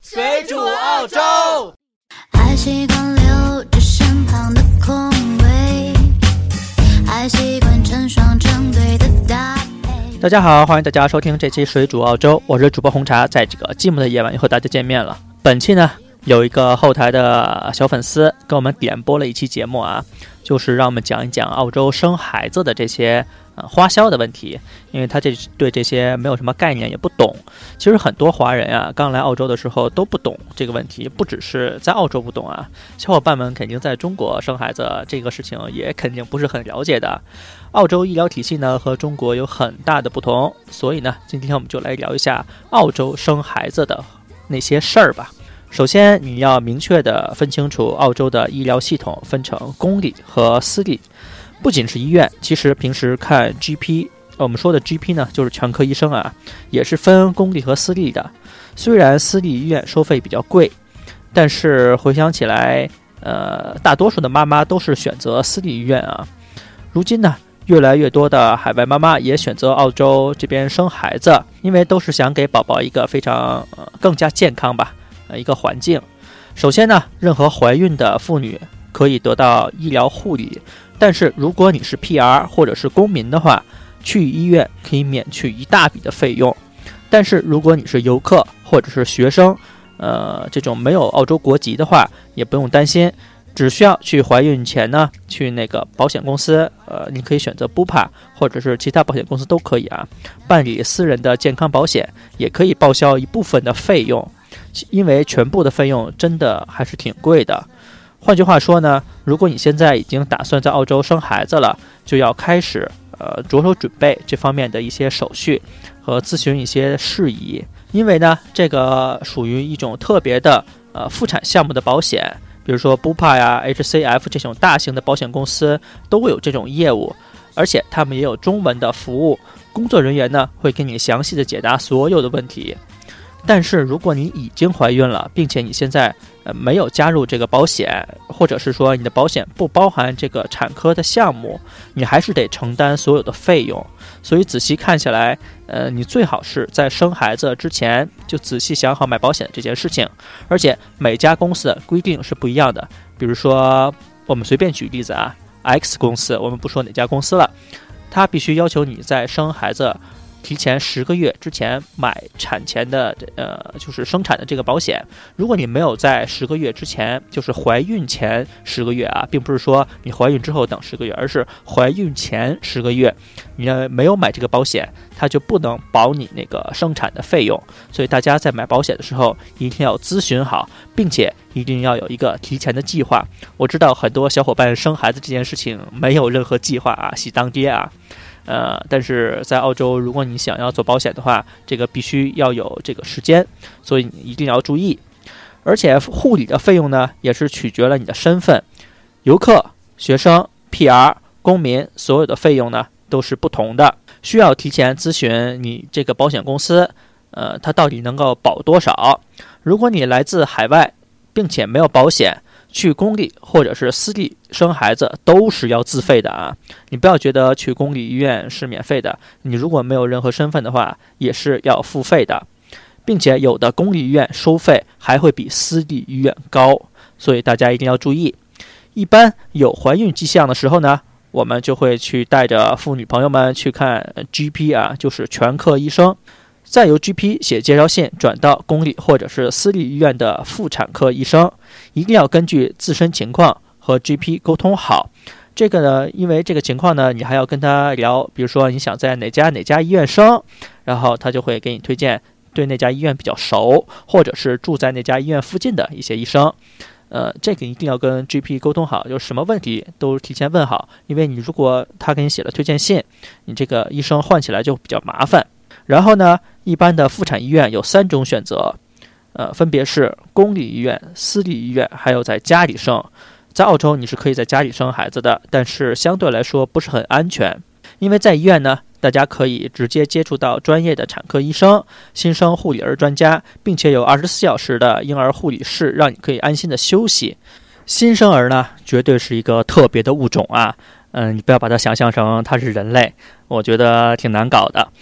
水煮澳洲。 爱习惯留着身旁的空位，爱习惯成双成对的搭配。 大家好，欢迎大家收听这期水煮澳洲，我是主播红茶，在这个寂寞的夜晚又和大家见面了。本期呢，有一个后台的小粉丝跟我们点播了一期节目啊，就是让我们讲一讲澳洲生孩子的这些花销的问题，因为他对这些没有什么概念，也不懂。其实很多华人啊，刚来澳洲的时候都不懂这个问题，不只是在澳洲不懂啊，小伙伴们肯定在中国生孩子这个事情也肯定不是很了解的。澳洲医疗体系呢和中国有很大的不同，所以呢，今天我们就来聊一下澳洲生孩子的那些事儿吧。首先，你要明确地分清楚澳洲的医疗系统分成公立和私立。不仅是医院，其实平时看 GP， 我们说的 GP 呢，就是全科医生啊，也是分公立和私立的。虽然私立医院收费比较贵，但是回想起来，大多数的妈妈都是选择私立医院啊。如今呢，越来越多的海外妈妈也选择澳洲这边生孩子，因为都是想给宝宝一个非常更加健康吧，一个环境。首先呢，任何怀孕的妇女可以得到医疗护理，但是如果你是 PR 或者是公民的话，去医院可以免去一大笔的费用。但是如果你是游客或者是学生，这种没有澳洲国籍的话，也不用担心，只需要去怀孕前呢，去那个保险公司，你可以选择 Bupa 或者是其他保险公司都可以啊，办理私人的健康保险，也可以报销一部分的费用，因为全部的费用真的还是挺贵的。换句话说呢，如果你现在已经打算在澳洲生孩子了，就要开始着手准备这方面的一些手续和咨询一些事宜。因为呢，这个属于一种特别的妇产项目的保险，比如说 Bupa 呀、HCF 这种大型的保险公司都会有这种业务，而且他们也有中文的服务，工作人员呢会给你详细的解答所有的问题。但是如果你已经怀孕了，并且你现在没有加入这个保险，或者是说你的保险不包含这个产科的项目，你还是得承担所有的费用。所以仔细看下来，你最好是在生孩子之前就仔细想好买保险这件事情。而且每家公司的规定是不一样的，比如说我们随便举例子啊 ，X 公司，我们不说哪家公司了，它必须要求你在生孩子提前10个月之前买产前的就是生产的这个保险。如果你没有在10个月之前，就是怀孕前10个月啊，并不是说你怀孕之后等10个月，而是怀孕前10个月，你没有买这个保险，它就不能保你那个生产的费用。所以大家在买保险的时候一定要咨询好，并且一定要有一个提前的计划。我知道很多小伙伴生孩子这件事情没有任何计划啊，喜当爹啊。但是在澳洲，如果你想要做保险的话，这个必须要有这个时间，所以你一定要注意。而且护理的费用呢，也是取决了你的身份，游客、学生、PR、公民，所有的费用呢都是不同的，需要提前咨询你这个保险公司，它到底能够保多少。如果你来自海外，并且没有保险，去公立或者是私立生孩子都是要自费的啊！你不要觉得去公立医院是免费的，你如果没有任何身份的话，也是要付费的，并且有的公立医院收费还会比私立医院高，所以大家一定要注意。一般有怀孕迹象的时候呢，我们就会去带着妇女朋友们去看 GP 啊，就是全科医生。再由 GP 写介绍信转到公立或者是私立医院的妇产科医生，一定要根据自身情况和 GP 沟通好。这个呢，因为这个情况呢，你还要跟他聊，比如说你想在哪家医院生，然后他就会给你推荐对那家医院比较熟，或者是住在那家医院附近的一些医生。这个一定要跟 GP 沟通好，就是什么问题都提前问好，因为你如果他给你写了推荐信，你这个医生换起来就比较麻烦。然后呢，一般的妇产医院有3种选择，分别是公立医院、私立医院，还有在家里生。在澳洲你是可以在家里生孩子的，但是相对来说不是很安全，因为在医院呢，大家可以直接接触到专业的产科医生、新生护理儿专家，并且有24小时的婴儿护理室，让你可以安心的休息。新生儿呢，绝对是一个特别的物种啊，你不要把它想象成它是人类，我觉得挺难搞的。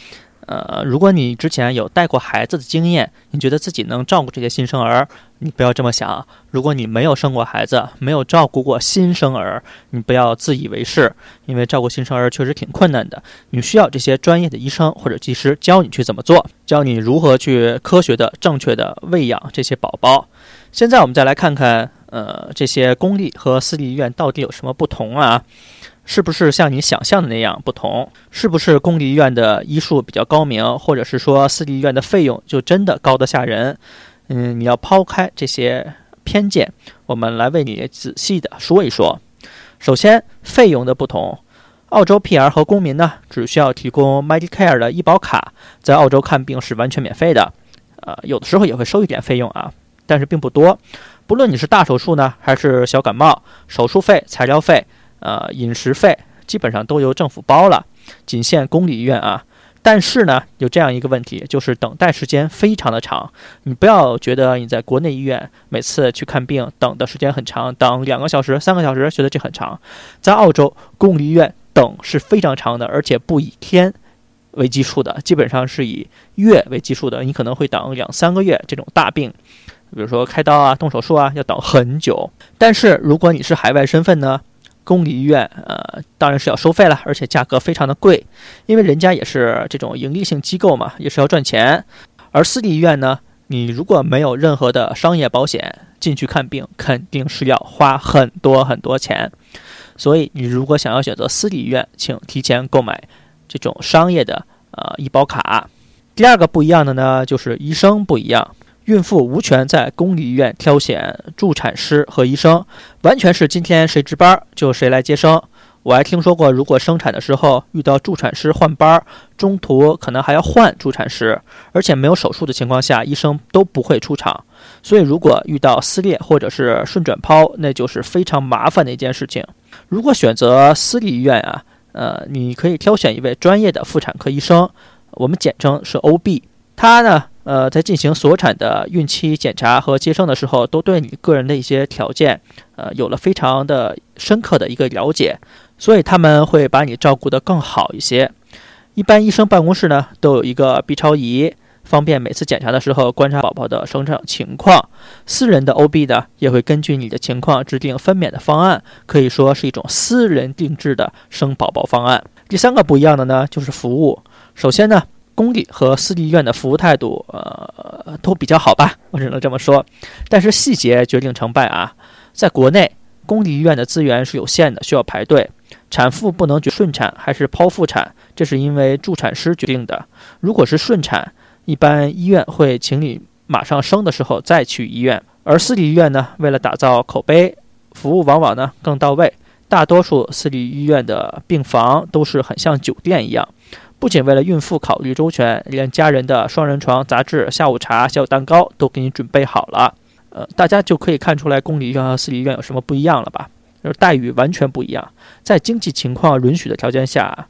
如果你之前有带过孩子的经验，你觉得自己能照顾这些新生儿，你不要这么想。如果你没有生过孩子，没有照顾过新生儿，你不要自以为是，因为照顾新生儿确实挺困难的。你需要这些专业的医生或者技师教你去怎么做，教你如何去科学的、正确的喂养这些宝宝。现在我们再来看看，这些公立和私立医院到底有什么不同啊？是不是像你想象的那样不同？是不是公立医院的医术比较高明，或者是说私立医院的费用就真的高得吓人？你要抛开这些偏见，我们来为你仔细的说一说。首先，费用的不同。澳洲 PR 和公民呢，只需要提供 Medicare 的医保卡，在澳洲看病是完全免费的。有的时候也会收一点费用啊，但是并不多。不论你是大手术呢，还是小感冒，手术费、材料费、饮食费基本上都由政府包了，仅限公立医院啊。但是呢，有这样一个问题，就是等待时间非常的长。你不要觉得你在国内医院每次去看病等的时间很长，等2个小时、3个小时，觉得这很长。在澳洲，公立医院等是非常长的，而且不以天为基数的，基本上是以月为基数的。你可能会等2-3个月，这种大病，比如说开刀啊、动手术啊，要等很久。但是如果你是海外身份呢，公立医院当然是要收费了，而且价格非常的贵，因为人家也是这种盈利性机构嘛，也是要赚钱。而私立医院呢，你如果没有任何的商业保险进去看病，肯定是要花很多很多钱。所以你如果想要选择私立医院，请提前购买这种商业的医保卡。第二个不一样的呢，就是医生不一样。孕妇无权在公立医院挑选助产师和医生，完全是今天谁值班就谁来接生。我还听说过，如果生产的时候遇到助产师换班，中途可能还要换助产师，而且没有手术的情况下，医生都不会出场。所以如果遇到撕裂或者是顺转剖，那就是非常麻烦的一件事情。如果选择私立医院啊，你可以挑选一位专业的妇产科医生，我们简称是 OB。他呢，在进行所产的孕期检查和接生的时候，都对你个人的一些条件，有了非常的深刻的一个了解，所以他们会把你照顾得更好一些。一般医生办公室呢，都有一个 B 超仪，方便每次检查的时候观察宝宝的生长情况。私人的 OB 呢，也会根据你的情况制定分娩的方案，可以说是一种私人定制的生宝宝方案。第三个不一样的呢，就是服务。首先呢，公立和私立医院的服务态度都比较好吧，我只能这么说。但是细节决定成败啊。在国内，公立医院的资源是有限的，需要排队。产妇不能决顺产还是剖腹产，这是因为助产师决定的。如果是顺产，一般医院会请你马上生的时候再去医院。而私立医院呢，为了打造口碑，服务往往呢更到位。大多数私立医院的病房都是很像酒店一样，不仅为了孕妇考虑周全，连家人的双人床、杂志、下午茶、小蛋糕都给你准备好了。大家就可以看出来公立医院和私立医院有什么不一样了吧？就是待遇完全不一样。在经济情况允许的条件下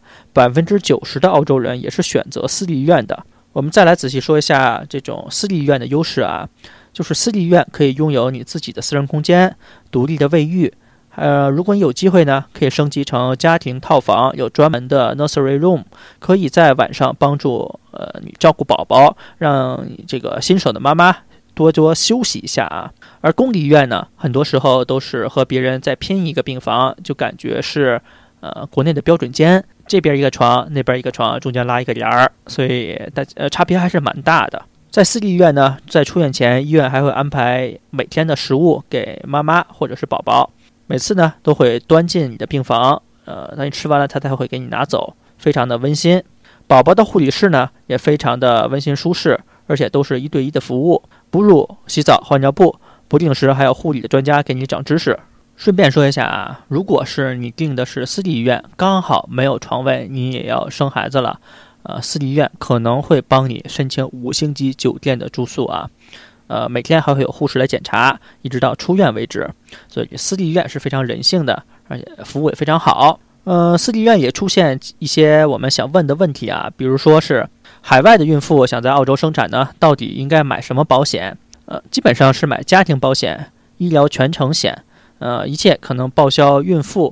，90%的澳洲人也是选择私立医院的。我们再来仔细说一下这种私立医院的优势啊，就是私立医院可以拥有你自己的私人空间、独立的卫浴。如果你有机会呢，可以升级成家庭套房，有专门的 nursery room， 可以在晚上帮助你照顾宝宝，让你这个新手的妈妈多多休息一下啊。而公立医院呢，很多时候都是和别人再拼一个病房，就感觉是国内的标准间，这边一个床，那边一个床，中间拉一个帘儿，所以差别还是蛮大的。在私立医院呢，在出院前，医院还会安排每天的食物给妈妈或者是宝宝。每次呢都会端进你的病房，当你吃完了，他才会给你拿走，非常的温馨。宝宝的护理室呢也非常的温馨舒适，而且都是1对1的服务，哺乳、洗澡、换尿布，不定时还有护理的专家给你长知识。顺便说一下啊，如果是你订的是私立医院，刚好没有床位，你也要生孩子了，私立医院可能会帮你申请5星级酒店的住宿啊。每天还会有护士来检查，一直到出院为止。所以私立医院是非常人性的，而且服务也非常好。私立医院也出现一些我们想问的问题啊，比如说是海外的孕妇想在澳洲生产呢，到底应该买什么保险？基本上是买家庭保险、医疗全程险，一切可能报销孕妇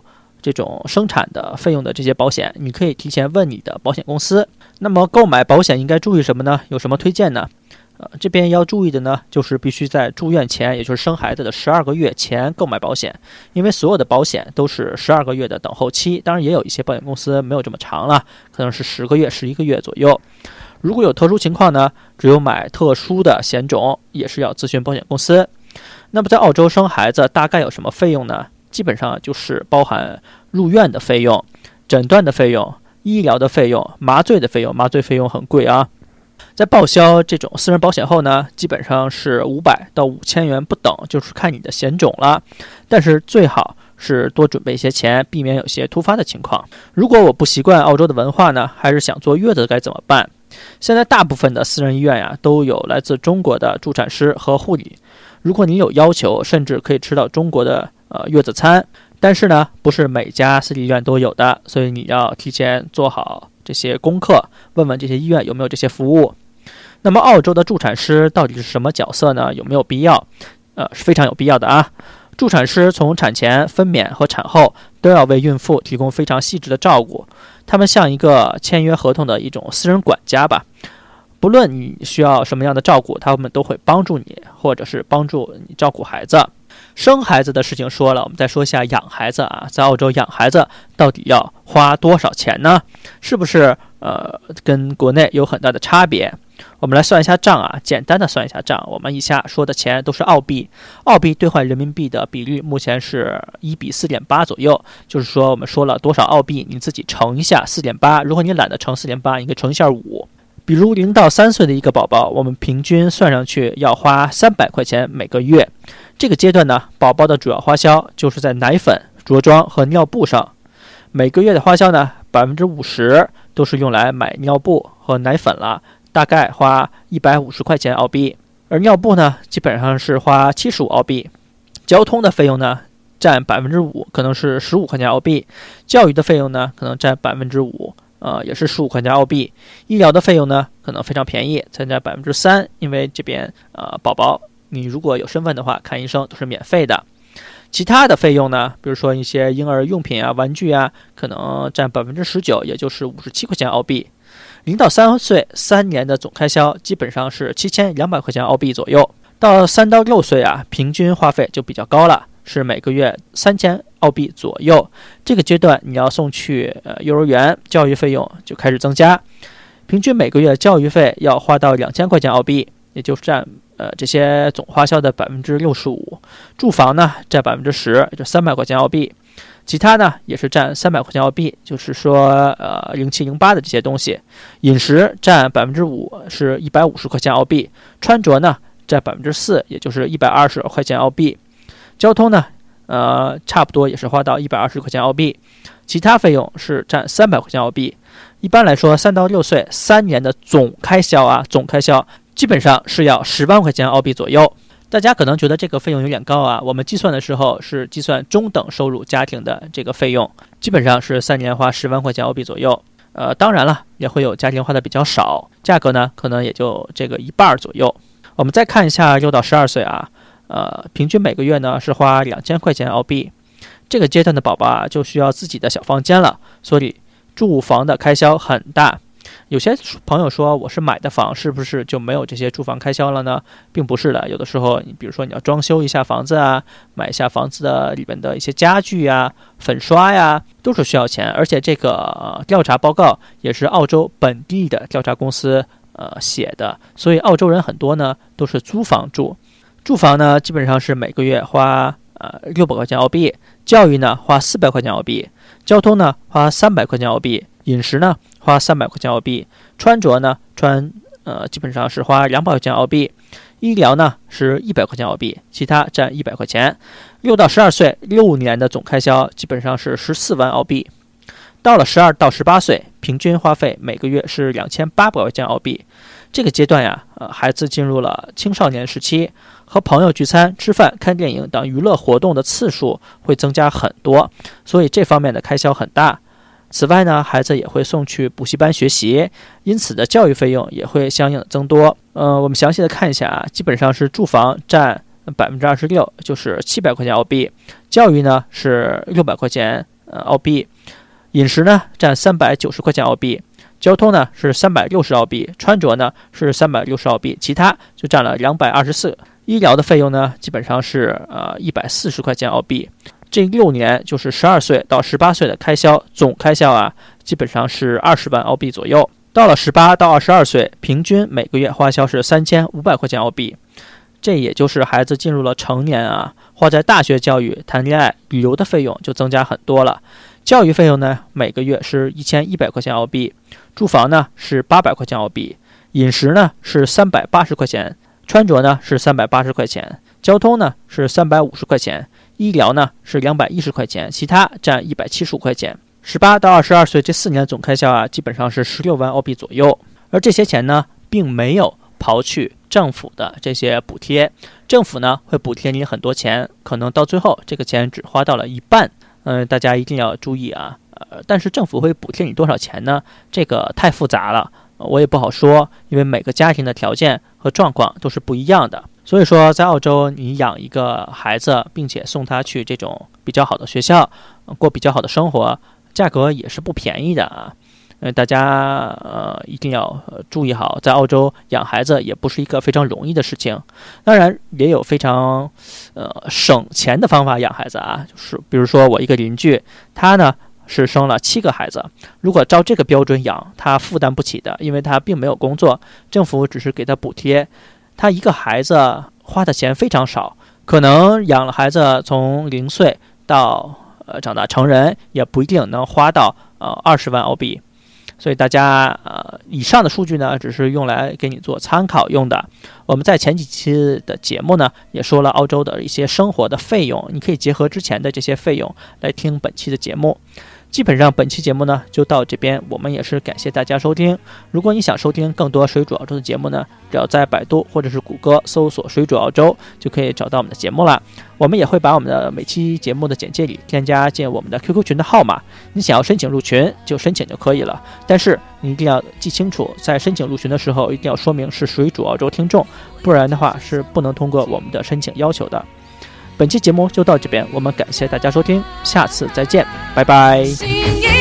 这种生产的费用的这些保险，你可以提前问你的保险公司。那么购买保险应该注意什么呢？有什么推荐呢？这边要注意的呢，就是必须在住院前，也就是生孩子的12个月前购买保险，因为所有的保险都是12个月的等候期，当然也有一些保险公司没有这么长了，可能是10个月、11个月左右。如果有特殊情况呢，只有买特殊的险种，也是要咨询保险公司。那么在澳洲生孩子大概有什么费用呢？基本上就是包含入院的费用、诊断的费用、医疗的费用、麻醉的费用，麻醉费用很贵啊。在报销这种私人保险后呢，基本上是500到5000元不等，就是看你的险种了。但是最好是多准备一些钱，避免有些突发的情况。如果我不习惯澳洲的文化呢，还是想坐月子该怎么办？现在大部分的私人医院呀，都有来自中国的助产师和护理。如果你有要求，甚至可以吃到中国的月子餐。但是呢，不是每家私立医院都有的，所以你要提前做好这些功课，问问这些医院有没有这些服务。那么澳洲的助产师到底是什么角色呢？有没有必要？是非常有必要的啊。助产师从产前、分娩和产后都要为孕妇提供非常细致的照顾，他们像一个签约合同的一种私人管家吧。不论你需要什么样的照顾，他们都会帮助你，或者是帮助你照顾孩子。生孩子的事情说了，我们再说一下养孩子啊。在澳洲养孩子到底要花多少钱呢？是不是跟国内有很大的差别？我们来算一下账啊，简单的算一下账。我们以下说的钱都是澳币，澳币兑换人民币的比率目前是1比4.8左右，就是说我们说了多少澳币，你自己乘一下4.8。如果你懒得乘4.8，你可以乘一下5。比如0到3岁的一个宝宝，我们平均算上去要花300块钱每个月。这个阶段呢，宝宝的主要花销就是在奶粉、着装和尿布上。每个月的花销呢，50%都是用来买尿布和奶粉了，大概花150块钱澳币。而尿布呢，基本上是花75澳币。交通的费用呢，占5%，可能是15块钱澳币。教育的费用呢，可能占5%。也是15块钱澳币。医疗的费用呢，可能非常便宜，才占3%，因为这边宝宝你如果有身份的话，看医生都是免费的。其他的费用呢，比如说一些婴儿用品啊、玩具啊，可能占19%，也就是57块钱澳币。0到3岁3年的总开销基本上是7200块钱澳币左右。到3到6岁啊，平均花费就比较高了，是每个月3000澳币左右。这个阶段你要送去幼儿园，教育费用就开始增加，平均每个月教育费要花到2000块钱澳币，也就是占这些总花销的65%。住房呢占10%，也就300块钱澳币。其他呢也是占300块钱澳币，就是说07、08的这些东西。饮食占5%，是150块钱澳币。穿着呢占4%，也就是120块钱澳币。交通呢差不多也是花到120块钱澳币。其他费用是占300块钱澳币。一般来说3到6岁3年的总开销基本上是要10万块钱澳币左右。大家可能觉得这个费用有点高啊，我们计算的时候是计算中等收入家庭的这个费用，基本上是3年花10万块钱澳币左右。当然了，也会有家庭花的比较少，价格呢可能也就这个一半左右。我们再看一下6到12岁啊，平均每个月呢是花2000块钱澳币。这个阶段的宝宝啊就需要自己的小房间了，所以住房的开销很大。有些朋友说，我是买的房，是不是就没有这些住房开销了呢？并不是的，有的时候你比如说你要装修一下房子啊，买一下房子的里面的一些家具啊、粉刷呀，都是需要钱。而且这个调查报告也是澳洲本地的调查公司写的，所以澳洲人很多呢都是租房住。住房呢基本上是每个月花600块钱澳币，教育呢花400块钱澳币，交通呢花300块钱澳币，饮食呢花300块钱澳币，穿着呢基本上是花200块钱澳币，医疗呢是100块钱澳币，其他占100块钱。6到12岁6年的总开销基本上是14万澳币。到了12到18岁，平均花费每个月是2800块钱澳币。这个阶段呀，孩子进入了青少年时期，和朋友聚餐、吃饭、看电影等娱乐活动的次数会增加很多，所以这方面的开销很大。此外呢，孩子也会送去补习班学习，因此的教育费用也会相应的增多。我们详细的看一下啊，基本上是住房占26%，就是700块钱澳币，教育呢是600块钱澳币，饮食呢占390块钱澳币，交通呢是360澳币，穿着呢是360澳币，其他就占了224。医疗的费用呢基本上是140块钱澳币。这6年就是12岁到18岁的开销，总开销啊基本上是20万澳币左右。到了18到22岁，平均每个月花销是3500块钱澳币。这也就是孩子进入了成年啊，花在大学教育、谈恋爱、旅游的费用就增加很多了。教育费用呢，每个月是1100块钱澳币，住房呢是800块钱澳币，饮食呢是380块钱，穿着呢是380块钱，交通呢是350块钱，医疗呢是210块钱，其他占175块钱。18到22岁这4年总开销啊，基本上是16万澳币左右。而这些钱呢，并没有刨去政府的这些补贴，政府呢会补贴你很多钱，可能到最后这个钱只花到了一半。大家一定要注意啊。但是政府会补贴你多少钱呢？这个太复杂了，我也不好说，因为每个家庭的条件和状况都是不一样的。所以说，在澳洲，你养一个孩子，并且送他去这种比较好的学校，过比较好的生活，价格也是不便宜的啊。大家一定要注意好，在澳洲养孩子也不是一个非常容易的事情。当然也有非常省钱的方法养孩子啊，就是比如说我一个邻居，他呢是生了7个孩子，如果照这个标准养，他负担不起的，因为他并没有工作，政府只是给他补贴，他一个孩子花的钱非常少，可能养了孩子从0岁到长大成人，也不一定能花到20万澳币。所以大家以上的数据呢，只是用来给你做参考用的。我们在前几期的节目呢，也说了澳洲的一些生活的费用，你可以结合之前的这些费用来听本期的节目。基本上本期节目呢就到这边，我们也是感谢大家收听。如果你想收听更多水煮澳洲的节目呢，只要在百度或者是谷歌搜索水煮澳洲，就可以找到我们的节目了。我们也会把我们的每期节目的简介里添加进我们的 QQ 群的号码，你想要申请入群就申请就可以了。但是你一定要记清楚，在申请入群的时候一定要说明是水煮澳洲听众，不然的话是不能通过我们的申请要求的。本期节目就到这边，我们感谢大家收听，下次再见，拜拜。